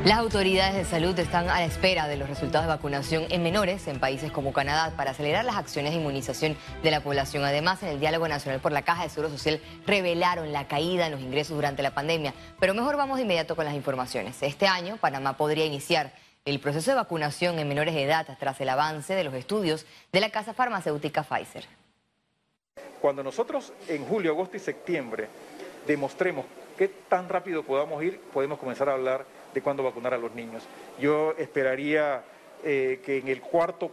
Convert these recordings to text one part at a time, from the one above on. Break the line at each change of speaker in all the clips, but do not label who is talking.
Las autoridades de salud están a la espera de los resultados de vacunación en menores en países como Canadá para acelerar las acciones de inmunización de la población. Además, en el Diálogo Nacional por la Caja de Seguro Social revelaron la caída en los ingresos durante la pandemia. Pero mejor vamos de inmediato con las informaciones. Este año, Panamá podría iniciar el proceso de vacunación en menores de edad tras el avance de los estudios de la casa farmacéutica Pfizer.
Cuando nosotros en julio, agosto y septiembre demostremos qué tan rápido podamos ir, podemos comenzar a hablar de cuándo vacunar a los niños. Yo esperaría que en el cuarto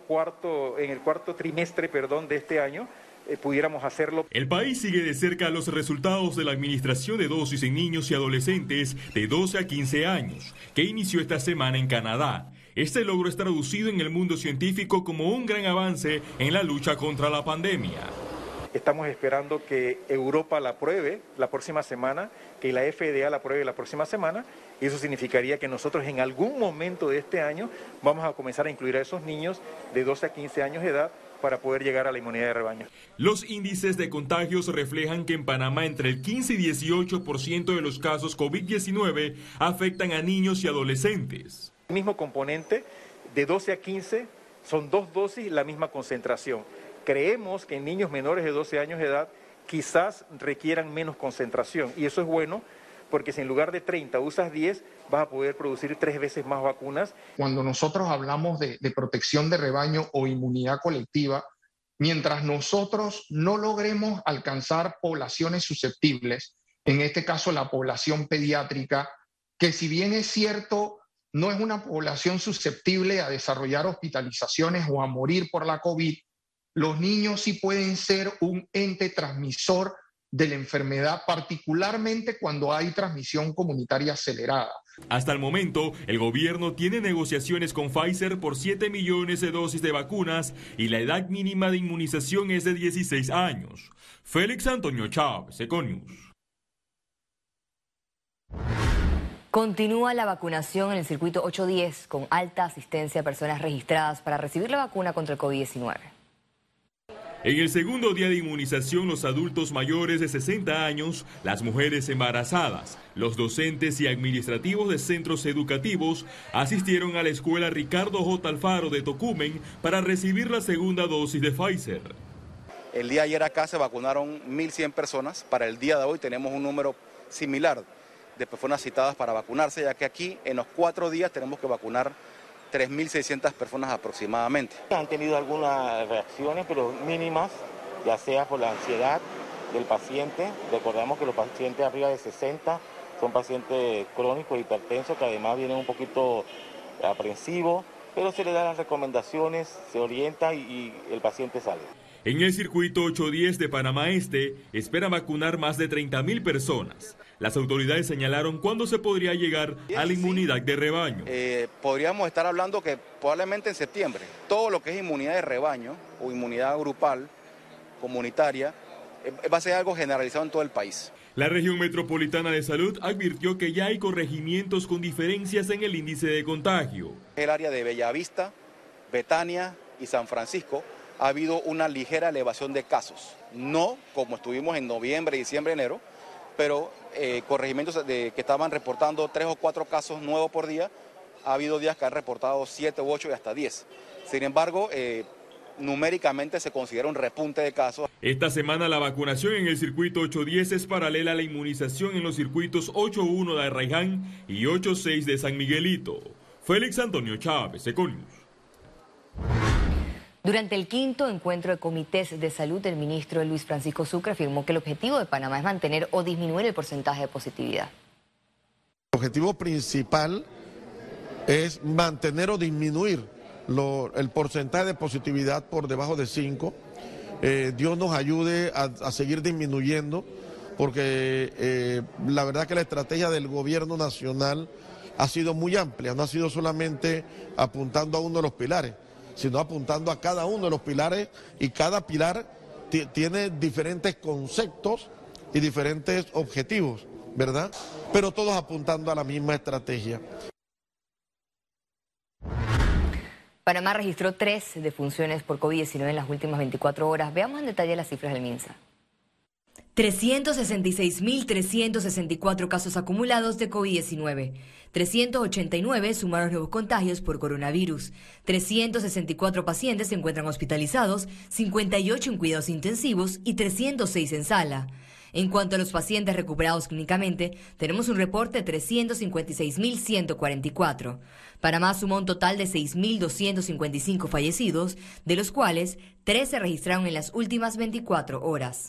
trimestre de este año pudiéramos hacerlo.
El país sigue de cerca los resultados de la administración de dosis en niños y adolescentes de 12 a 15 años, que inició esta semana en Canadá. Este logro es traducido en el mundo científico como un gran avance en la lucha contra la pandemia.
Estamos esperando que Europa la apruebe la próxima semana, que la FDA la apruebe la próxima semana, y eso significaría que nosotros en algún momento de este año vamos a comenzar a incluir a esos niños de 12 a 15 años de edad para poder llegar a la inmunidad de rebaño.
Los índices de contagios reflejan que en Panamá entre el 15 y 18% de los casos COVID-19 afectan a niños y adolescentes.
El mismo componente de 12 a 15 son 2 dosis, la misma concentración. Creemos que en niños menores de 12 años de edad quizás requieran menos concentración, y eso es bueno porque si en lugar de 30 usas 10, vas a poder producir 3 veces más vacunas.
Cuando nosotros hablamos de protección de rebaño o inmunidad colectiva, mientras nosotros no logremos alcanzar poblaciones susceptibles, en este caso la población pediátrica, que si bien es cierto, no es una población susceptible a desarrollar hospitalizaciones o a morir por la COVID, los niños sí pueden ser un ente transmisor de la enfermedad, particularmente cuando hay transmisión comunitaria acelerada.
Hasta el momento, el gobierno tiene negociaciones con Pfizer por 7 millones de dosis de vacunas y la edad mínima de inmunización es de 16 años. Félix Antonio Chávez, Econius.
Continúa la vacunación en el circuito 810 con alta asistencia a personas registradas para recibir la vacuna contra el COVID-19.
En el segundo día de inmunización, los adultos mayores de 60 años, las mujeres embarazadas, los docentes y administrativos de centros educativos asistieron a la escuela Ricardo J. Alfaro de Tocumen para recibir la segunda dosis de Pfizer.
El día de ayer acá se vacunaron 1.100 personas. Para el día de hoy tenemos un número similar de personas citadas para vacunarse, ya que aquí en los 4 días tenemos que vacunar 3.600 personas aproximadamente.
Han tenido algunas reacciones, pero mínimas, ya sea por la ansiedad del paciente. Recordamos que los pacientes arriba de 60 son pacientes crónicos, hipertensos, que además vienen un poquito aprensivos, pero se le dan las recomendaciones, se orienta y el paciente sale.
En el circuito 810 de Panamá Este, espera vacunar más de 30.000 personas. Las autoridades señalaron cuándo se podría llegar a la inmunidad de rebaño.
Podríamos estar hablando que probablemente en septiembre. Todo lo que es inmunidad de rebaño o inmunidad grupal, comunitaria, va a ser algo generalizado en todo el país.
La región metropolitana de salud advirtió que ya hay corregimientos con diferencias en el índice de contagio.
El área de Bellavista, Betania y San Francisco ha habido una ligera elevación de casos. No como estuvimos en noviembre, diciembre, enero, pero corregimientos que estaban reportando 3 o 4 casos nuevos por día, ha habido días que han reportado 7 u 8 y hasta 10. Sin embargo, numéricamente se considera un repunte de casos.
Esta semana la vacunación en el circuito 810 es paralela a la inmunización en los circuitos 8.1 de Arraiján y 8.6 de San Miguelito. Félix Antonio Chávez, Econius.
Durante el 5º encuentro de comités de salud, el ministro Luis Francisco Sucre afirmó que el objetivo de Panamá es mantener o disminuir el porcentaje de positividad.
El objetivo principal es mantener o disminuir el porcentaje de positividad por debajo de 5. Dios nos ayude a seguir disminuyendo, porque la verdad que la estrategia del gobierno nacional ha sido muy amplia, no ha sido solamente apuntando a uno de los pilares, sino apuntando a cada uno de los pilares, y cada pilar tiene diferentes conceptos y diferentes objetivos, ¿verdad? Pero todos apuntando a la misma estrategia.
Panamá registró 3 defunciones por COVID-19 en las últimas 24 horas. Veamos en detalle las cifras del MINSA. 366.364 casos acumulados de COVID-19. 389 sumaron nuevos contagios por coronavirus. 364 pacientes se encuentran hospitalizados, 58 en cuidados intensivos y 306 en sala. En cuanto a los pacientes recuperados clínicamente, tenemos un reporte de 356.144. Panamá sumó un total de 6.255 fallecidos, de los cuales 3 se registraron en las últimas 24 horas.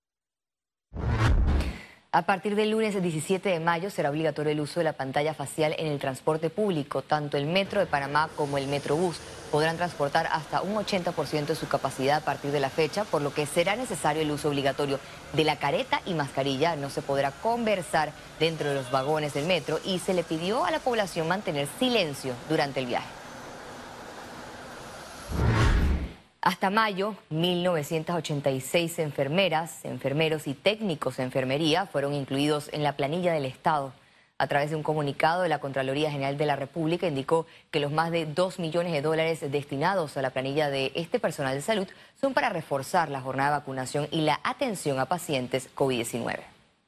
A partir del lunes 17 de mayo será obligatorio el uso de la pantalla facial en el transporte público. Tanto el Metro de Panamá como el Metrobús podrán transportar hasta un 80% de su capacidad a partir de la fecha, por lo que será necesario el uso obligatorio de la careta y mascarilla. No se podrá conversar dentro de los vagones del metro y se le pidió a la población mantener silencio durante el viaje. Hasta mayo, 1.986 enfermeras, enfermeros y técnicos de enfermería fueron incluidos en la planilla del Estado. A través de un comunicado, la Contraloría General de la República indicó que los más de $2 millones destinados a la planilla de este personal de salud son para reforzar la jornada de vacunación y la atención a pacientes COVID-19.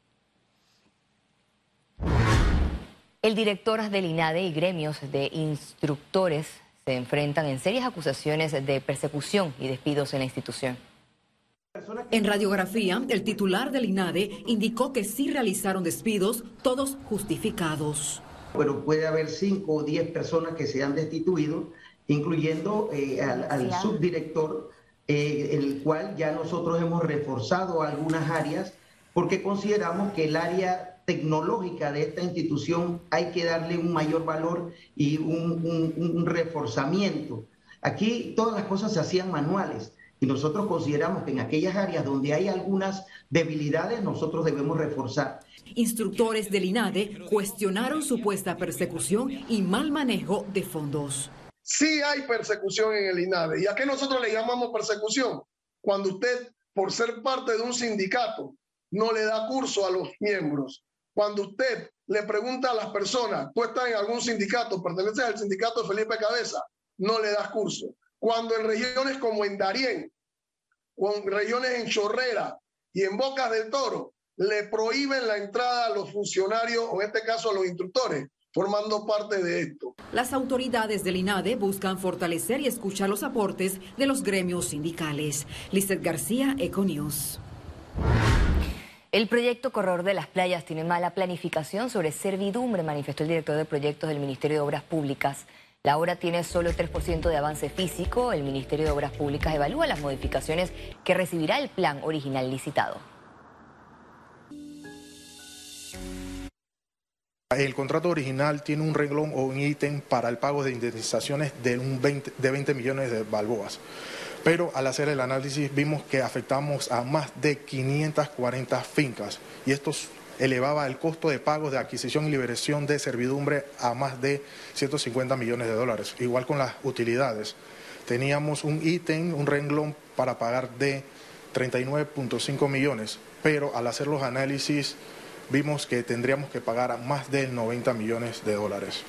El director del INADE y gremios de instructores se enfrentan en serias acusaciones de persecución y despidos en la institución.
En radiografía, el titular del INADE indicó que sí realizaron despidos, todos justificados.
Pero puede haber 5 o 10 personas que se han destituido, incluyendo al subdirector, el cual ya nosotros hemos reforzado algunas áreas, porque consideramos que el área tecnológica de esta institución hay que darle un mayor valor y un reforzamiento. Aquí todas las cosas se hacían manuales y nosotros consideramos que en aquellas áreas donde hay algunas debilidades nosotros debemos reforzar.
Instructores del INADE cuestionaron supuesta persecución y mal manejo de fondos.
Sí hay persecución en el INADE. ¿Y a qué nosotros le llamamos persecución? Cuando usted, por ser parte de un sindicato, no le da curso a los miembros. Cuando usted le pregunta a las personas, tú estás en algún sindicato, perteneces al sindicato de Felipe Cabeza, no le das curso. Cuando en regiones como en Darién, o en regiones en Chorrera y en Bocas del Toro, le prohíben la entrada a los funcionarios, o en este caso a los instructores, formando parte de esto.
Las autoridades del INADE buscan fortalecer y escuchar los aportes de los gremios sindicales. Lizeth García, Econews.
El proyecto Corredor de las Playas tiene mala planificación sobre servidumbre, manifestó el director de proyectos del Ministerio de Obras Públicas. La obra tiene solo 3% de avance físico. El Ministerio de Obras Públicas evalúa las modificaciones que recibirá el plan original licitado.
El contrato original tiene un renglón o un ítem para el pago de indemnizaciones de 20 millones de balboas. Pero al hacer el análisis vimos que afectamos a más de 540 fincas y esto elevaba el costo de pagos de adquisición y liberación de servidumbre a más de 150 millones de dólares. Igual con las utilidades. Teníamos un ítem, un renglón para pagar de 39.5 millones, pero al hacer los análisis vimos que tendríamos que pagar a más de 90 millones de dólares.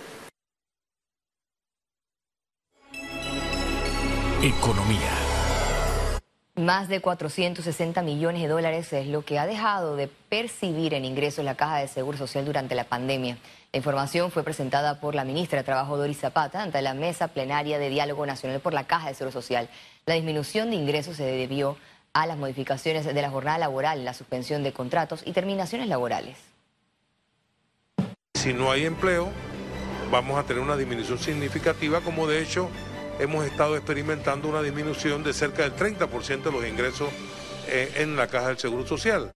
Economía.
Más de 460 millones de dólares es lo que ha dejado de percibir en ingresos la Caja de Seguro Social durante la pandemia. La información fue presentada por la ministra de Trabajo, Doris Zapata, ante la Mesa Plenaria de Diálogo Nacional por la Caja de Seguro Social. La disminución de ingresos se debió a las modificaciones de la jornada laboral, la suspensión de contratos y terminaciones laborales.
Si no hay empleo, vamos a tener una disminución significativa, como de hecho hemos estado experimentando una disminución de cerca del 30% de los ingresos en la Caja del Seguro Social.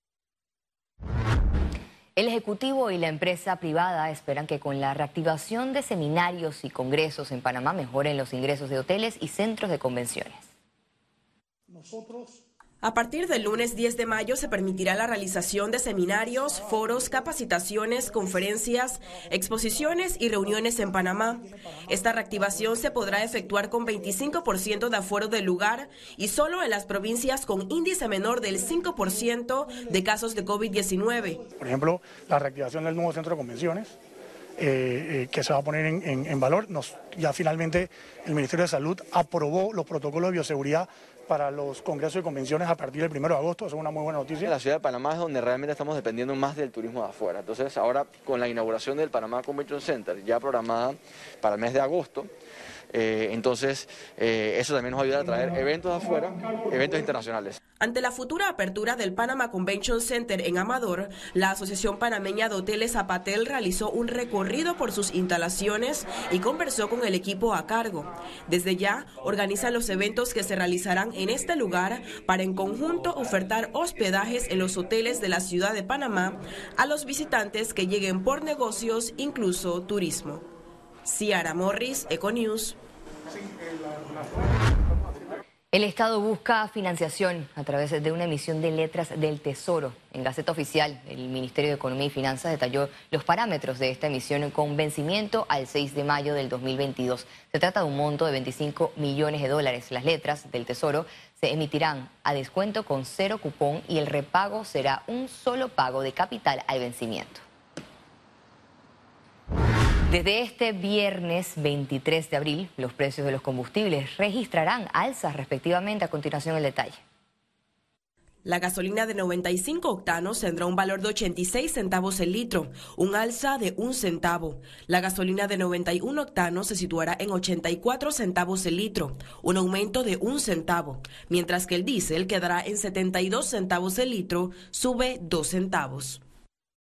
El Ejecutivo y la empresa privada esperan que con la reactivación de seminarios y congresos en Panamá mejoren los ingresos de hoteles y centros de convenciones.
A partir del lunes 10 de mayo se permitirá la realización de seminarios, foros, capacitaciones, conferencias, exposiciones y reuniones en Panamá. Esta reactivación se podrá efectuar con 25% de aforo del lugar y solo en las provincias con índice menor del 5% de casos de COVID-19.
Por ejemplo, la reactivación del nuevo centro de convenciones,
que se va a poner en valor. Ya finalmente el Ministerio de Salud aprobó los protocolos de bioseguridad para los congresos y convenciones a partir del 1 de agosto, eso es una muy buena noticia.
La ciudad de Panamá es donde realmente estamos dependiendo más del turismo de afuera. Entonces ahora con la inauguración del Panamá Convention Center, ya programada para el mes de agosto, eso también nos va a ayudar a traer eventos de afuera, eventos internacionales.
Ante la futura apertura del Panama Convention Center en Amador, la Asociación Panameña de Hoteles Zapatel realizó un recorrido por sus instalaciones y conversó con el equipo a cargo. Desde ya organizan los eventos que se realizarán en este lugar para en conjunto ofertar hospedajes en los hoteles de la ciudad de Panamá a los visitantes que lleguen por negocios, incluso turismo. Ciara Morris, Econews.
El Estado busca financiación a través de una emisión de letras del Tesoro. En Gaceta Oficial, el Ministerio de Economía y Finanzas detalló los parámetros de esta emisión con vencimiento al 6 de mayo del 2022. Se trata de un monto de $25 millones. Las letras del Tesoro se emitirán a descuento con 0 cupón y el repago será un solo pago de capital al vencimiento. Desde este viernes 23 de abril, los precios de los combustibles registrarán alzas respectivamente. A continuación el detalle.
La gasolina de 95 octanos tendrá un valor de 86 centavos el litro, un alza de 1 centavo. La gasolina de 91 octanos se situará en 84 centavos el litro, un aumento de 1 centavo, mientras que el diésel quedará en 72 centavos el litro, sube 2 centavos.